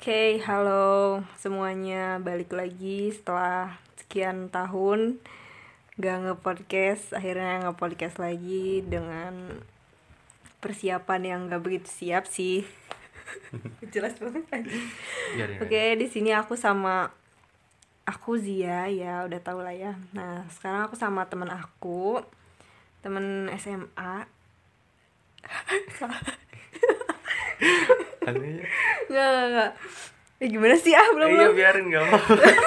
Oke, halo semuanya, balik lagi setelah sekian tahun gak nge-podcast. Akhirnya nge-podcast lagi dengan persiapan yang gak begitu siap sih. Jelas banget aja. Oke, di sini aku Zia, ya udah tau lah ya. Nah, sekarang aku sama temen SMA. Aneh. Nggak. Gimana sih belum. Iya biarin nggak mau.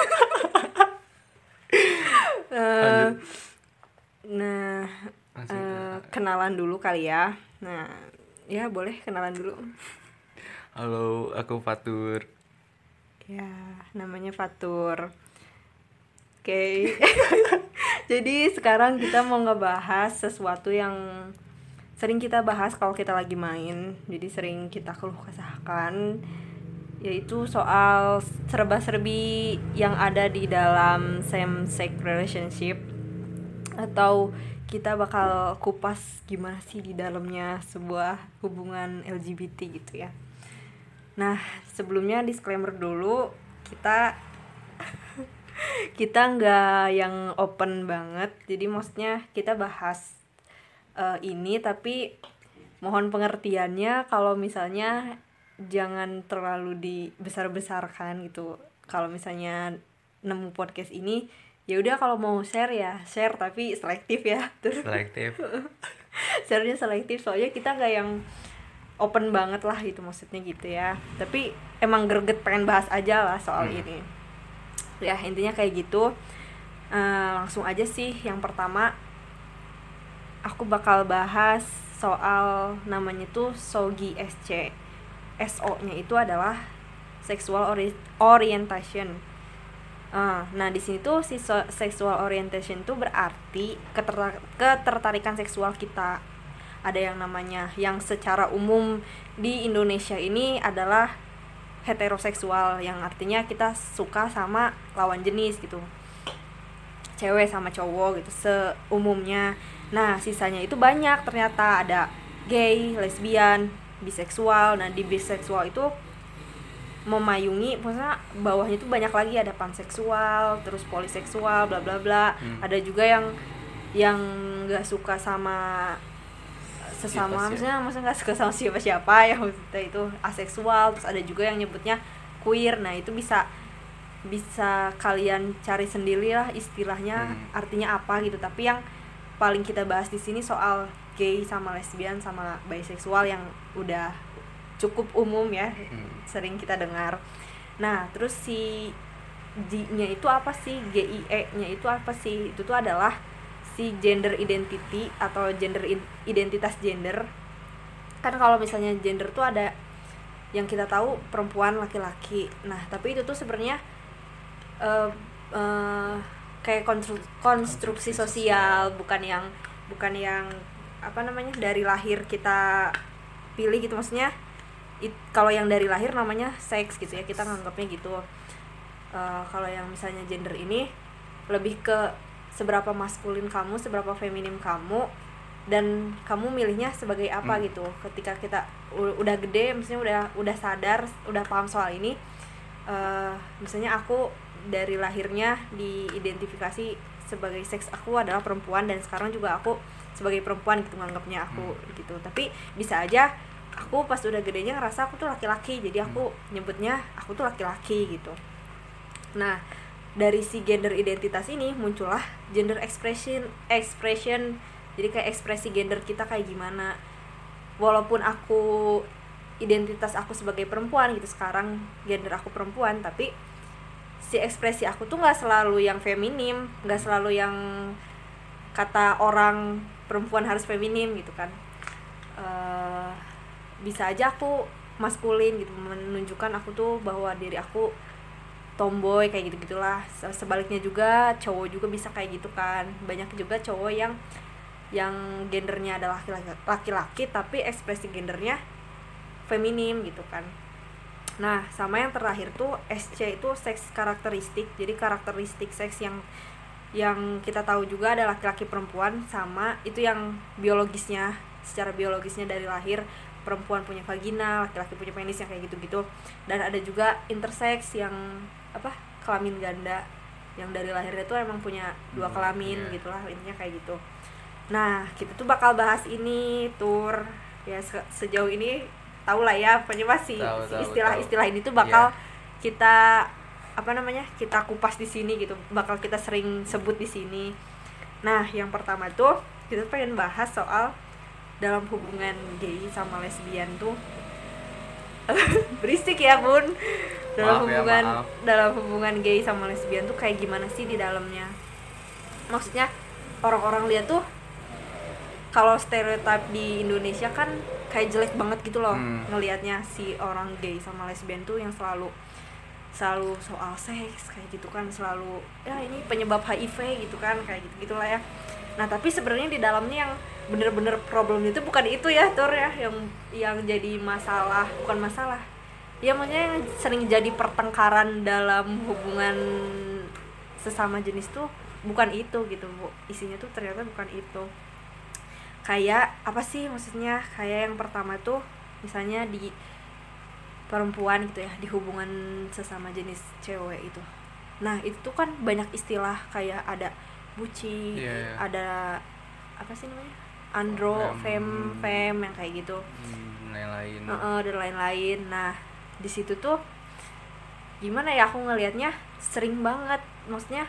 Kenalan dulu kali ya. Nah, ya boleh kenalan dulu. Halo, aku Fatur. Ya, namanya Fatur. Oke. Jadi sekarang kita mau ngebahas sesuatu yang sering kita bahas kalau kita lagi main. Jadi sering kita keluh kesahkan, yaitu soal serba-serbi yang ada di dalam same-sex relationship, atau kita bakal kupas gimana sih di dalamnya sebuah hubungan LGBT gitu ya. Nah, sebelumnya disclaimer dulu, kita nggak yang open banget. Jadi maksudnya kita bahas ini, tapi mohon pengertiannya kalau misalnya jangan terlalu dibesar-besarkan gitu. Kalau misalnya nemu podcast ini, ya udah kalau mau share ya share, tapi selektif ya. Selektif. Sharenya selektif, soalnya kita nggak yang open banget lah gitu, maksudnya gitu ya. Tapi emang greget pengen bahas aja lah soal ini. Ya intinya kayak gitu. Langsung aja sih, yang pertama aku bakal bahas soal namanya tuh SOGI SC. SO-nya itu adalah sexual orientation. Nah di sini tuh si sexual orientation tuh berarti ketertarikan seksual kita. Ada yang namanya, yang secara umum di Indonesia ini adalah heteroseksual, yang artinya kita suka sama lawan jenis gitu, cewek sama cowok gitu seumumnya. Nah sisanya itu banyak ternyata, ada gay, lesbian, biseksual. Nah di biseksual itu memayungi, maksudnya bawahnya itu banyak lagi, ada panseksual, terus poliseksual, bla bla bla. Ada juga yang nggak suka sama sesama, maksudnya nggak suka sama siapa ya, maksudnya itu aseksual. Terus ada juga yang nyebutnya queer. Nah itu bisa kalian cari sendiri lah istilahnya artinya apa gitu. Tapi yang paling kita bahas di sini soal gay sama lesbian sama biseksual, yang udah cukup umum ya, sering kita dengar. Nah terus si G-nya itu apa sih, GIE-nya itu apa sih? Itu tuh adalah si gender identity atau identitas gender. Kan kalau misalnya gender tuh ada yang kita tahu perempuan, laki-laki. Nah tapi itu tuh sebenarnya kayak konstruksi sosial, bukan yang apa namanya dari lahir kita pilih gitu. Maksudnya kalau yang dari lahir namanya seks gitu ya, kita nganggapnya gitu. Kalau yang misalnya gender ini lebih ke seberapa maskulin kamu, seberapa feminim kamu, dan kamu milihnya sebagai apa gitu. Ketika kita udah gede, misalnya udah sadar, udah paham soal ini, misalnya aku dari lahirnya diidentifikasi sebagai seks aku adalah perempuan, dan sekarang juga aku sebagai perempuan gitu nganggapnya aku gitu. Tapi bisa aja aku pas udah gedenya ngerasa aku tuh laki-laki, jadi aku nyebutnya aku tuh laki-laki gitu. Nah dari si gender identitas ini muncullah gender expression. Jadi kayak ekspresi gender kita kayak gimana. Walaupun aku identitas aku sebagai perempuan gitu, sekarang gender aku perempuan, tapi si ekspresi aku tuh nggak selalu yang feminim, nggak selalu yang kata orang perempuan harus feminim gitu kan. Bisa aja aku maskulin gitu, menunjukkan aku tuh bahwa diri aku tomboy kayak gitu-gitulah. Sebaliknya juga cowok juga bisa kayak gitu kan. Banyak juga cowok yang gendernya adalah laki-laki tapi ekspresi gendernya feminim gitu kan. Nah sama yang terakhir tuh SC itu seks karakteristik. Jadi karakteristik seks yang kita tahu juga ada laki-laki perempuan, sama itu yang biologisnya, secara biologisnya dari lahir perempuan punya vagina, laki-laki punya penis yang kayak gitu-gitu. Dan ada juga intersex yang kelamin ganda, yang dari lahirnya tuh emang punya dua kelamin gitulah, intinya kayak gitu. Nah, kita tuh bakal bahas ini Tur. Ya sejauh ini tahu lah ya, pokoknya masih istilah-istilah ini tuh bakal kita kita kupas di sini gitu, bakal kita sering sebut di sini. Nah, yang pertama tuh kita pengen bahas soal dalam hubungan gay sama lesbian tuh berisik ya Bun. Dalam hubungan gay sama lesbian tuh kayak gimana sih di dalamnya? Maksudnya orang-orang lihat tuh kalau stereotip di Indonesia kan kayak jelek banget gitu loh ngelihatnya si orang gay sama lesbian tuh yang selalu soal seks kayak gitu kan, selalu ya ini penyebab HIV gitu kan, kayak gitulah ya. Nah, tapi sebenarnya di dalamnya yang bener-bener problem itu bukan itu ya Tur ya, yang jadi masalah, bukan masalah ya, maksudnya yang sering jadi pertengkaran dalam hubungan sesama jenis tuh bukan itu gitu Bu. Isinya tuh ternyata bukan itu. Kayak apa sih maksudnya, kayak yang pertama tuh misalnya di perempuan gitu ya, di hubungan sesama jenis cewek itu. Nah, itu tuh kan banyak istilah, kayak ada buci, ada apa sih namanya, andro, fem yang kayak gitu, lain-lain. Dan lain-lain. Nah, di situ tuh gimana ya, aku ngelihatnya sering banget, maksudnya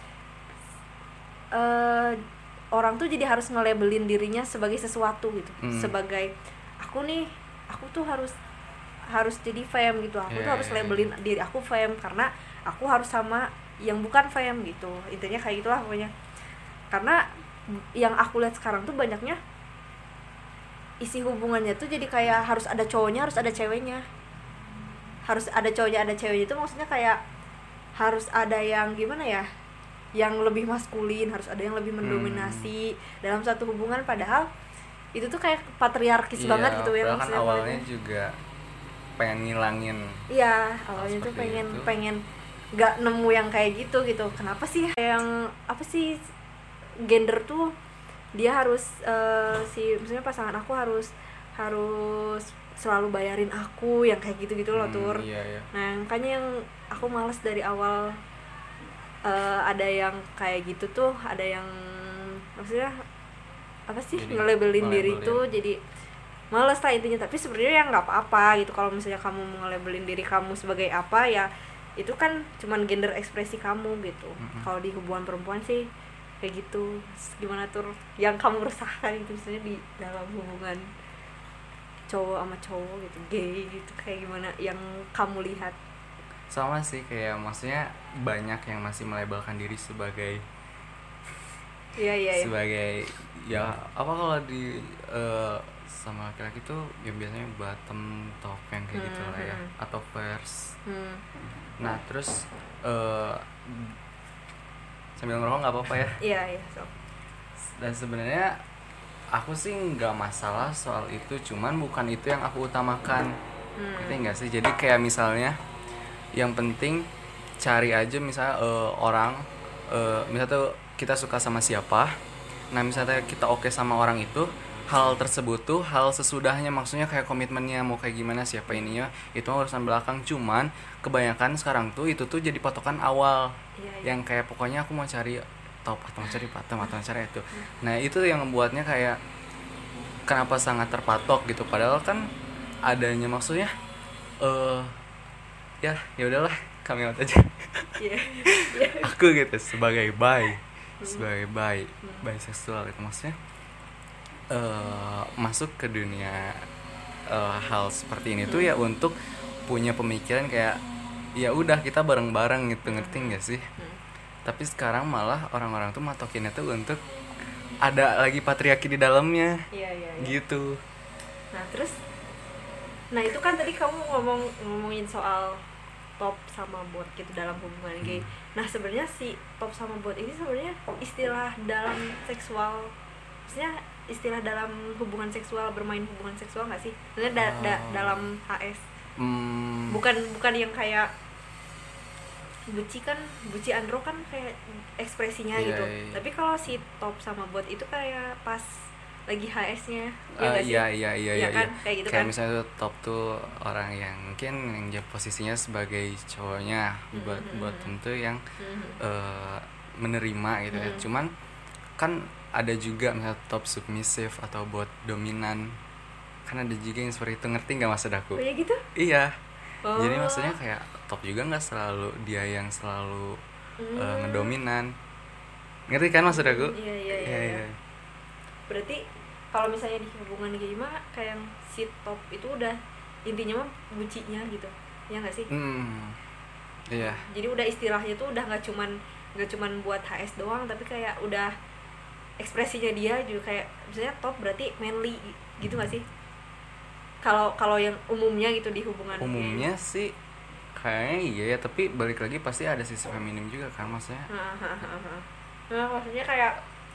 orang tuh jadi harus nge-labelin dirinya sebagai sesuatu gitu, sebagai aku tuh harus jadi femme gitu, aku tuh harus labelin diri aku femme karena aku harus sama yang bukan femme gitu, intinya kayak gitulah pokoknya. Karena yang aku lihat sekarang tuh banyaknya isi hubungannya tuh jadi kayak harus ada cowoknya, harus ada ceweknya, harus ada cowoknya, ada ceweknya itu maksudnya kayak harus ada yang gimana ya, yang lebih maskulin, harus ada yang lebih mendominasi dalam satu hubungan, padahal itu tuh kayak patriarkis banget gitu ya. Kan awalnya juga pengen ngilangin. Iya, awalnya tuh pengen nggak nemu yang kayak gitu. Kenapa sih yang apa sih gender tuh dia harus maksudnya pasangan aku harus selalu bayarin aku yang kayak gitu loh Tur. Nah, makanya yang aku malas dari awal ada yang kayak gitu tuh, ada yang maksudnya apa sih nge-labelin diri tuh, jadi males lah intinya. Tapi sebenarnya ya nggak apa-apa gitu kalau misalnya kamu mau nge-labelin diri kamu sebagai apa ya, itu kan cuman gender ekspresi kamu gitu. Kalau di hubungan perempuan sih kayak gitu. Gimana Tur yang kamu resahkan itu misalnya di dalam hubungan cowok sama cowok gitu, gay gitu, kayak gimana yang kamu lihat? Sama sih, kayak maksudnya banyak yang masih melabelkan diri sebagai sebagai ya apa, kalau di sama laki-laki tuh yang biasanya bottom, top yang kayak gitu lah ya, atau first. Nah, terus sambil ngerokok nggak apa-apa ya? Iya. Dan sebenarnya aku sih nggak masalah soal itu, cuman bukan itu yang aku utamakan. Ngerti nggak sih? Jadi kayak misalnya yang penting cari aja misalnya orang, misalnya tuh kita suka sama siapa, nah misalnya kita oke sama orang itu, hal tersebut tuh hal sesudahnya, maksudnya kayak komitmennya mau kayak gimana, siapa ininya, itu urusan belakang. Cuman kebanyakan sekarang tuh itu tuh jadi patokan awal, yang kayak pokoknya aku mau cari top atau mau cari bottom atau mau cari itu. Nah, itu yang membuatnya kayak kenapa sangat terpatok gitu, padahal kan adanya maksudnya ya udahlah, kami out aja. Aku gitu sebagai bisexual itu maksudnya masuk ke dunia hal seperti ini tuh ya untuk punya pemikiran kayak ya udah kita bareng-bareng gitu, ngerti nggak sih? Tapi sekarang malah orang-orang tuh matokinnya tuh untuk ada lagi patriarki di dalamnya. Gitu. Nah, terus itu kan tadi kamu ngomongin soal top sama bot gitu dalam hubungan gay. Nah, sebenarnya si top sama bot ini sebenarnya istilah dalam seksual, maksudnya istilah dalam hubungan seksual, bermain hubungan seksual nggak sih? Sebenarnya dalam HS. Bukan yang kayak buci andro kan kayak ekspresinya gitu. Tapi kalau si top sama bot itu kayak pas lagi HS-nya iya kan kayak gitu kayak kan. misalnya tuh top tuh orang yang mungkin yang posisinya sebagai cowoknya buat tentu yang menerima gitu ya. Cuman kan ada juga misalnya top submisif atau buat dominan, kan ada juga yang seperti itu, ngerti nggak maksud aku? Oh ya gitu? Iya. Oh. Jadi maksudnya kayak top juga nggak selalu dia yang selalu ngedominan, ngerti kan maksud aku? Iya. Berarti kalau misalnya di hubungan gimana kayak yang si top itu udah intinya mah bucinya gitu ya nggak sih? Iya. Jadi udah istilahnya tuh udah nggak cuman buat HS doang, tapi kayak udah ekspresinya dia juga kayak misalnya top berarti manly gitu nggak sih? Kalau yang umumnya gitu di hubungan umumnya sih kayaknya iya ya, tapi balik lagi pasti ada sisi feminim juga kan maksudnya. Nah, maksudnya kayak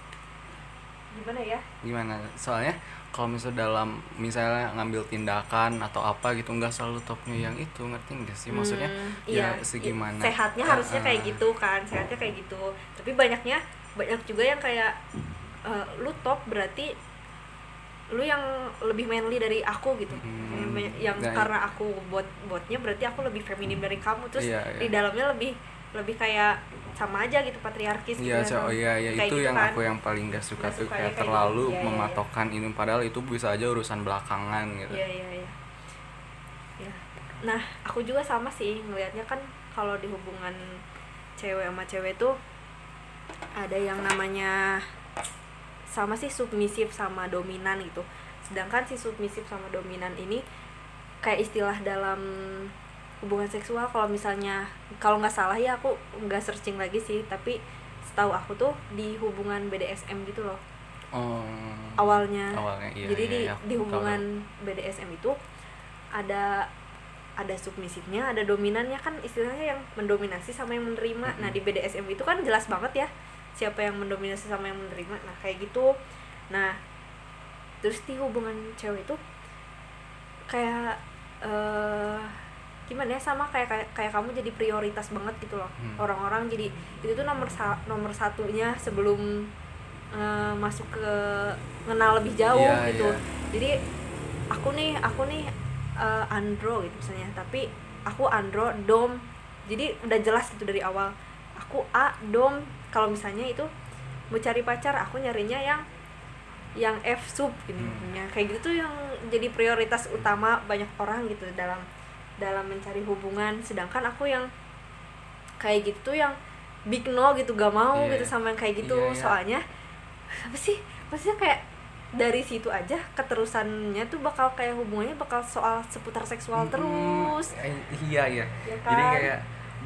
gimana soalnya kalau misalnya ngambil tindakan atau apa gitu nggak selalu topnya yang itu, ngerti nggak sih maksudnya? Iya, segimana sehatnya harusnya kayak gitu kan, sehatnya kayak gitu, tapi banyak juga yang kayak lu top berarti lu yang lebih manly dari aku gitu. Yang karena aku botnya berarti aku lebih feminim dari kamu, terus di dalamnya lebih kayak sama aja gitu, patriarkis gitu. Iya itu gitu yang kan. aku yang paling gak suka tuh kayak terlalu gitu. mematokkan ini, padahal itu bisa aja urusan belakangan gitu. Iya. Nah aku juga sama sih ngelihatnya kan, kalau di hubungan cewek sama cewek tuh ada yang namanya sama sih submisif sama dominan gitu. Sedangkan si submisif sama dominan ini kayak istilah dalam hubungan seksual. Kalau misalnya, kalau nggak salah ya, aku nggak searching lagi sih, tapi setahu aku tuh di hubungan BDSM gitu loh. Awalnya iya. Jadi di hubungan BDSM itu ada submisifnya, ada dominannya kan, istilahnya yang mendominasi sama yang menerima. Nah di BDSM itu kan jelas banget ya siapa yang mendominasi sama yang menerima. Nah kayak gitu. Nah terus di hubungan cewek itu kayak gimana ya, sama kayak kamu jadi prioritas banget gitu loh. Orang-orang jadi itu tuh nomor satunya sebelum masuk ke kenal lebih jauh gitu. Jadi aku nih andro gitu misalnya, tapi aku andro dom, jadi udah jelas gitu dari awal aku A dom. Kalau misalnya itu mau cari pacar, aku nyarinya yang F sub gitu. Kayak gitu tuh yang jadi prioritas utama banyak orang gitu dalam mencari hubungan. Sedangkan aku yang kayak gitu tuh yang big no gitu, gak mau gitu sama yang kayak gitu. Soalnya apa sih, maksudnya kayak dari situ aja keterusannya tuh bakal kayak hubungannya bakal soal seputar seksual terus. Iya ya kan? Jadi kayak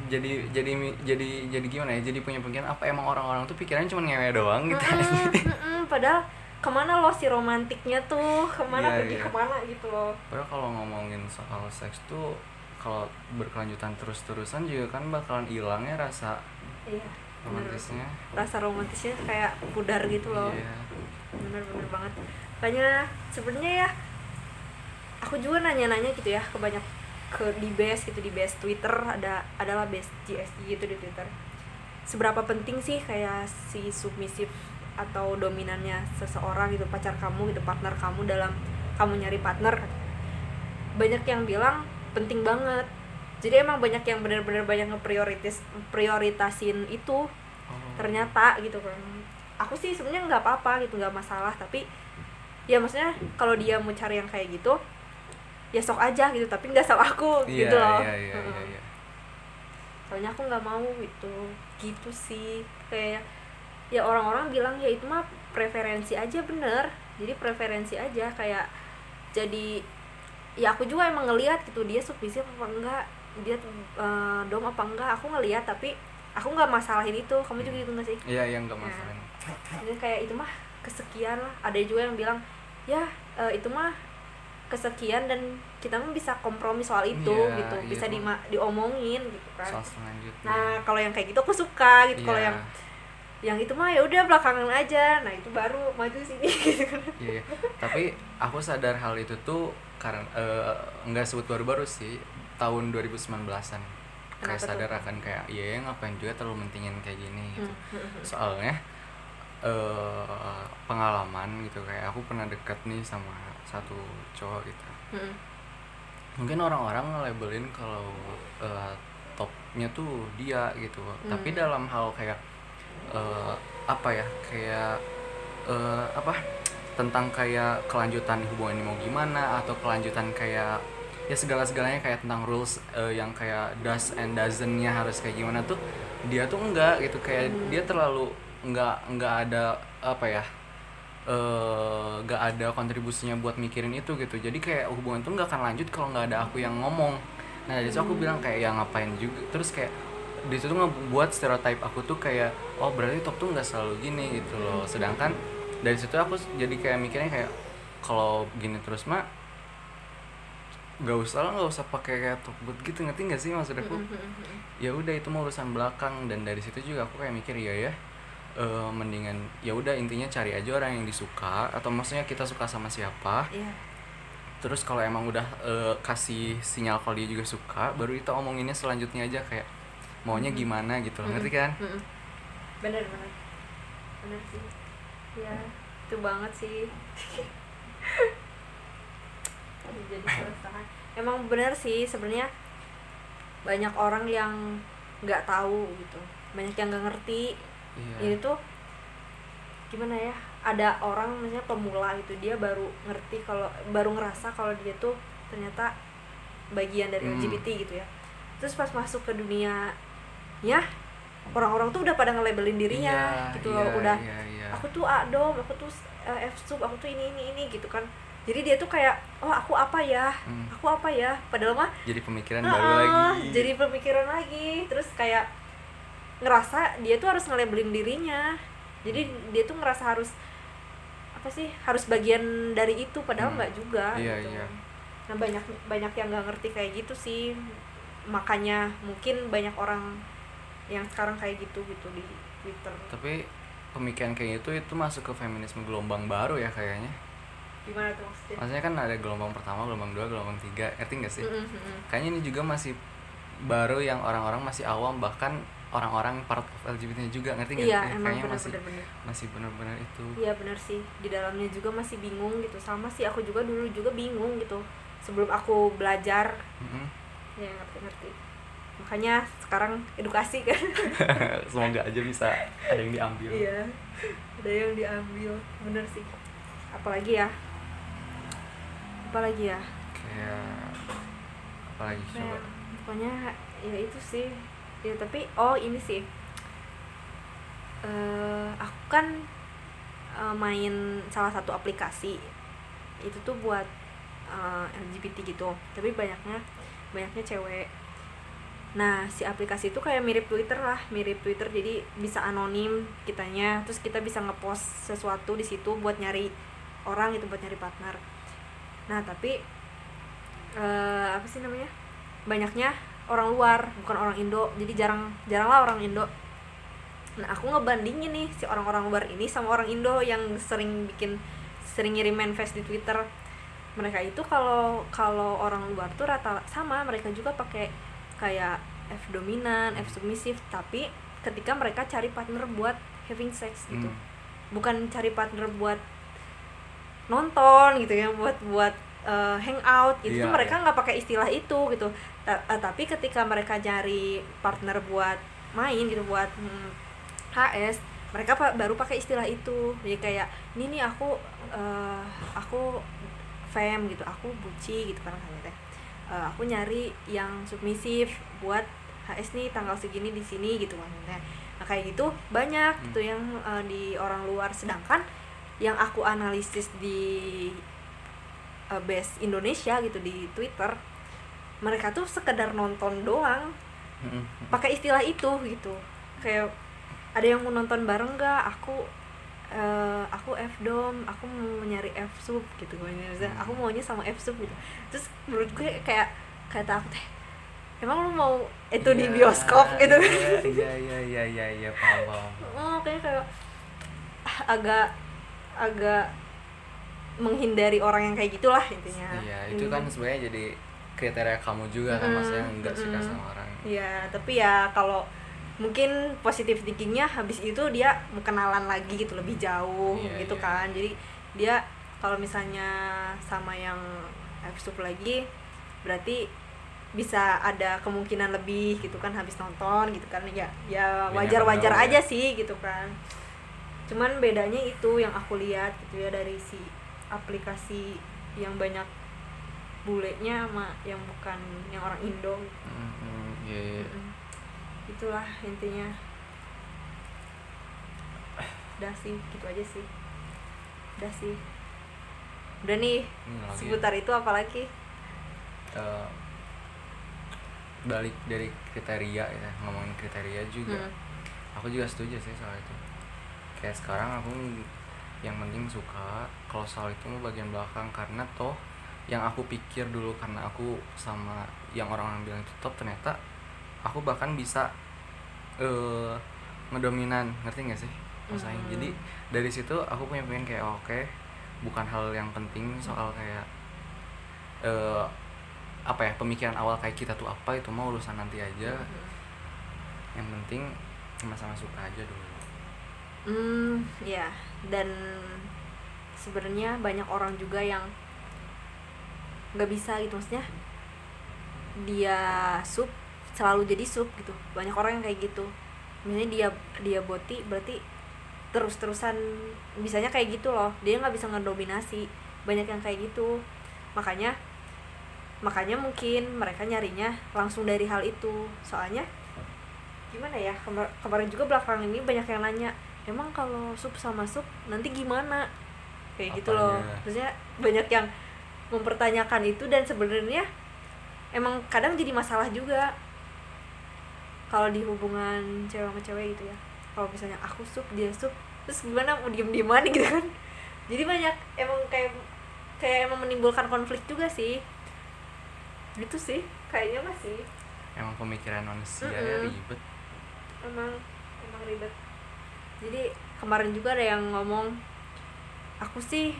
jadi gimana ya, jadi punya pikiran apa emang orang-orang tuh pikirannya cuma ngewe doang gitu. Padahal kemana loh si romantiknya tuh, kemana kemana gitu loh. Padahal kalau ngomongin soal seks tuh kalau berkelanjutan terus-terusan juga kan bakalan hilangnya rasa romantisnya. Rasa romantisnya kayak pudar gitu loh. Bener banget. Makanya sebenarnya ya aku juga nanya-nanya gitu ya di base Twitter, adalah base GSI gitu di Twitter. Seberapa penting sih kayak si submisif atau dominannya seseorang gitu, pacar kamu gitu, partner kamu dalam kamu nyari partner. Banyak yang bilang penting banget. Jadi emang banyak yang benar-benar banyak prioritasin itu. Ternyata gitu kan. Aku sih sebenarnya nggak apa-apa gitu, nggak masalah, tapi ya maksudnya kalau dia mau cari yang kayak gitu ya sok aja gitu, tapi nggak sama aku gitu loh. Iya. Soalnya aku nggak mau gitu sih. Kayak ya orang-orang bilang ya itu mah preferensi aja, bener. Jadi preferensi aja, kayak jadi ya aku juga emang ngelihat gitu dia submisif apa enggak, dia dom apa enggak, aku ngelihat, tapi aku nggak masalahin itu. Kamu juga gitu nggak sih? Iya nggak masalahin. Jadi kayak itu mah kesekian lah. Ada juga yang bilang ya itu mah kesekian dan kita mah bisa kompromi soal itu gitu, bisa diomongin gitu kan. Nah kalau yang kayak gitu aku suka gitu. Kalau yang itu mah ya udah belakangan aja. Nah itu baru maju sini gitu kan. Tapi aku sadar hal itu tuh karena nggak sebut baru-baru sih, tahun 2019-an kayak sadar akan kayak ngapain juga terlalu mentingin kayak gini gitu. Soalnya pengalaman gitu, kayak aku pernah deket nih sama satu cowok gitu. Mungkin orang-orang nge-labelin kalau topnya tuh dia gitu, tapi dalam hal kayak apa ya, kayak apa, tentang kayak kelanjutan hubungan ini mau gimana, atau kelanjutan kayak ya segala-segalanya kayak tentang rules yang kayak does and doesn't-nya harus kayak gimana tuh, dia tuh enggak gitu, kayak dia terlalu enggak ada apa ya, gak ada kontribusinya buat mikirin itu gitu. Jadi kayak hubungan tuh gak akan lanjut kalau gak ada aku yang ngomong. Nah dari situ aku bilang kayak ya ngapain juga. Terus kayak di situ ngebuat stereotype aku tuh kayak oh berarti top tuh gak selalu gini gitu loh. Sedangkan dari situ aku jadi kayak mikirnya kayak kalau gini terus mah gak usah pakai kayak top buat gitu, ngerti gak sih maksud aku? Ya udah itu mau urusan belakang. Dan dari situ juga aku kayak mikir ya mendingan ya udah intinya cari aja orang yang disuka, atau maksudnya kita suka sama siapa. Terus kalau emang udah kasih sinyal kalau dia juga suka, baru kita omonginnya selanjutnya aja kayak maunya gimana gitu loh, ngerti kan? Bener sih ya, itu banget sih. Jadi keresahan emang bener sih sebenarnya, banyak orang yang nggak tahu gitu, banyak yang nggak ngerti. Ini tuh gimana ya, ada orang misalnya pemula gitu, dia baru ngerasa kalau dia tuh ternyata bagian dari LGBT gitu ya. Terus pas masuk ke dunia ya, orang-orang tuh udah pada nge-labelin dirinya gitu loh, udah aku tuh A-dom, aku tuh F-sub, aku tuh ini gitu kan. Jadi dia tuh kayak oh aku apa ya, padahal mah jadi pemikiran baru lagi. Terus kayak ngerasa dia tuh harus nge-labelin dirinya, jadi dia tuh ngerasa harus bagian dari itu, padahal nggak juga gitu. Nah banyak yang nggak ngerti kayak gitu sih, makanya mungkin banyak orang yang sekarang kayak gitu di Twitter. Tapi pemikiran kayak itu masuk ke feminisme gelombang baru ya kayaknya. Gimana tuh maksudnya? Maksudnya kan ada gelombang pertama, gelombang 2, gelombang 3, ngerti nggak sih? Kayaknya ini juga masih baru, yang orang-orang masih awam, bahkan orang-orang part of LGBT-nya juga, ngerti nggak? Iya, kayaknya bener. masih benar-benar itu. Iya benar sih, di dalamnya juga masih bingung gitu. Sama sih aku juga dulu juga bingung gitu sebelum aku belajar. Ya ngerti. Makanya sekarang edukasi kan. Semoga aja bisa ada yang diambil. Iya, ada yang diambil, bener sih. Apalagi ya Kayak apalagi coba. Pokoknya ya itu sih ya. Tapi ini sih aku kan main salah satu aplikasi itu tuh buat LGBT gitu, tapi banyaknya cewek. Nah si aplikasi itu kayak mirip Twitter, jadi bisa anonim kitanya, terus kita bisa ngepost sesuatu di situ buat nyari orang gitu, buat nyari partner. Nah tapi apa sih namanya, banyaknya orang luar, bukan orang Indo, jadi jarang lah orang Indo. Nah aku ngebandingin nih si orang-orang luar ini sama orang Indo yang sering ngirim manifest di Twitter. Mereka itu kalau orang luar tuh rata sama, mereka juga pakai kayak F dominan, F submisif, tapi ketika mereka cari partner buat having sex gitu, bukan cari partner buat nonton gitu ya, buat hangout gitu. Tuh mereka nggak pakai istilah itu gitu. Tapi ketika mereka cari partner buat main gitu, buat HS, mereka baru pakai istilah itu. Jadi kayak ini nih aku femme gitu, aku buci gitu kan teh. Aku nyari yang submisif buat HS nih tanggal segini di sini gitu kan. Nah kayak gitu banyak gitu yang di orang luar. Sedangkan yang aku analisis di base Indonesia gitu di Twitter, mereka tuh sekedar nonton doang pakai istilah itu gitu. Kayak ada yang mau nonton bareng nggak, aku F-dom, aku mau nyari F-sub gitu. Aku maunya sama F-sub gitu. Terus menurut gue kayak kata aku teh, emang lu mau itu di bioskop gitu. Iya paham. Kayak agak menghindari orang yang kayak gitulah intinya. Iya, itu kan sebenarnya jadi kriteria kamu juga kan, maksudnya nggak suka sama orang. Iya, tapi ya kalau mungkin positive thinkingnya habis itu dia mau kenalan lagi gitu lebih jauh gitu kan. Jadi dia kalau misalnya sama yang F-sub lagi berarti bisa ada kemungkinan lebih gitu kan habis nonton gitu kan. Ya wajar-wajar aja sih gitu kan. Cuman bedanya itu yang aku lihat gitu ya dari si aplikasi yang banyak bulenya sama yang bukan yang orang Indo. Itulah intinya. Udah sih, gitu aja sih. Udah sih. Udah nih, seputar itu apalagi? Balik dari kriteria ya, ngomongin kriteria juga. Aku juga setuju sih soal itu. Kayak sekarang aku yang penting suka, kalau soal itu mau bagian belakang, karena toh yang aku pikir dulu karena aku sama yang orang-orang bilang itu top, ternyata aku bahkan bisa ngedominan, ngerti gak sih maksudnya? Jadi dari situ aku punya kayak oke, bukan hal yang penting soal kayak apa ya, pemikiran awal kayak kita tuh apa, itu mau urusan nanti aja. Yang penting sama-sama suka aja dulu. Ya, dan sebenarnya banyak orang juga yang nggak bisa gitu, maksudnya dia sub selalu jadi sub gitu. Banyak orang yang kayak gitu, misalnya dia boti berarti terus-terusan bisanya kayak gitu loh, dia nggak bisa ngedominasi. Banyak yang kayak gitu, makanya mungkin mereka nyarinya langsung dari hal itu. Soalnya gimana ya, kemarin juga belakangan ini banyak yang nanya, emang kalau sub sama sub nanti gimana, kayak gitu loh. Maksudnya banyak yang mempertanyakan itu, dan sebenarnya emang kadang jadi masalah juga kalau di hubungan cewek sama cewek gitu ya. Kalau misalnya aku sub dia sub, terus gimana, mau diem-dieman gitu kan. Jadi banyak emang kayak emang menimbulkan konflik juga sih gitu sih kayaknya. Masih emang pemikiran manusia ya ribet, emang ribet. Jadi kemarin juga ada yang ngomong, aku sih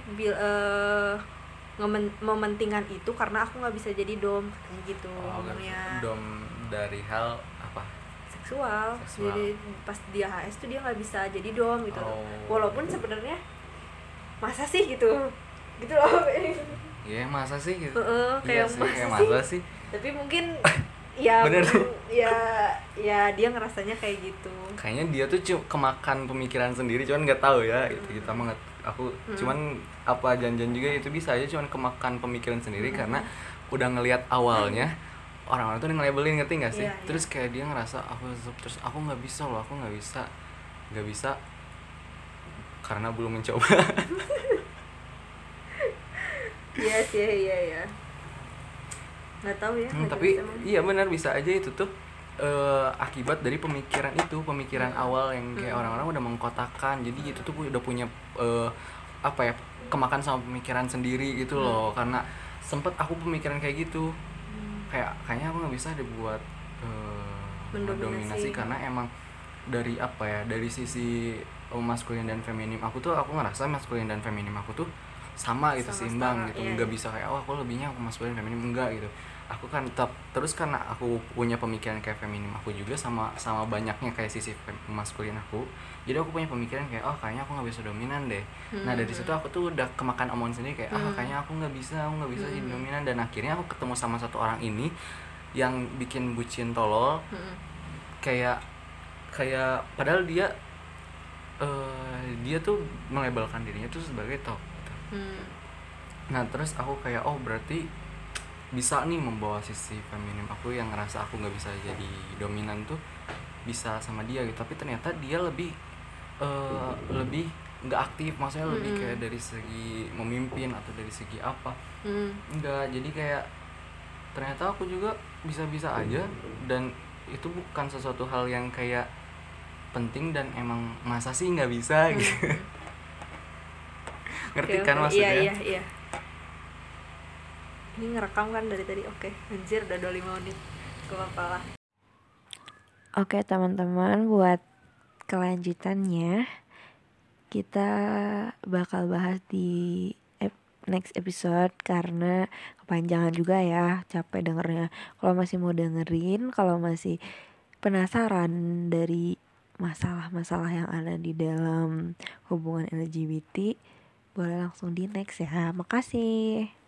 mementingkan itu karena aku nggak bisa jadi dom, katanya gitu. Ngomongnya dom dari hal apa, seksual. Jadi pas dia HS tuh dia nggak bisa jadi dom gitu. Walaupun sebenarnya masa sih gitu loh. Iya, masa sih gitu. Kayak masa sih. Tapi mungkin ya bener. ya dia ngerasanya kayak gitu. Kayaknya dia tuh kemakan pemikiran sendiri, cuman nggak tahu ya. Itu kita mah aku cuman apa janjian juga itu bisa aja cuman kemakan pemikiran sendiri karena udah ngelihat awalnya orang-orang tuh nge-labelin, ngerti nggak sih? Terus kayak dia ngerasa terus aku nggak bisa loh, aku nggak bisa karena belum mencoba. Iya sih, iya. Nggak tahu ya. Tapi iya benar, bisa aja itu tuh akibat dari pemikiran awal yang kayak orang-orang udah mengkotakkan. Jadi itu tuh udah punya apa ya, kemakan sama pemikiran sendiri gitu loh. Karena sempet aku pemikiran kayak gitu, kayaknya aku nggak bisa dibuat mendominasi karena emang dari apa ya, dari sisi maskulin dan feminim aku ngerasa maskulin dan feminim aku tuh sama gitu, seimbang gitu. Nggak bisa kayak aku lebihnya, aku maskulin feminim, enggak gitu. Aku kan tetap terus karena aku punya pemikiran kayak feminim aku juga sama banyaknya kayak sisi maskulin aku, jadi aku punya pemikiran kayak kayaknya aku nggak bisa dominan deh. Nah dari situ aku tuh udah kemakan omongan sendiri kayak kayaknya aku nggak bisa jadi dominan. Dan akhirnya aku ketemu sama satu orang ini yang bikin bucin tolol, kayak padahal dia tuh melabelkan dirinya tuh sebagai top gitu. Nah terus aku kayak berarti bisa nih membawa sisi feminim aku yang ngerasa aku nggak bisa jadi dominan tuh bisa sama dia gitu. Tapi ternyata dia lebih nggak aktif, maksudnya lebih kayak dari segi memimpin atau dari segi apa enggak. Jadi kayak ternyata aku juga bisa aja, dan itu bukan sesuatu hal yang kayak penting dan emang masa sih nggak bisa gitu. Ngerti kan maksudnya? Iya. Ini ngerekam kan dari tadi. Oke. Anjir udah 25 menit. Gak apa-apa lah. Oke teman-teman, buat kelanjutannya kita bakal bahas di next episode karena kepanjangan juga ya, capek dengernya. Kalau masih mau dengerin, kalau masih penasaran dari masalah-masalah yang ada di dalam hubungan LGBT, boleh langsung di next ya. Makasih.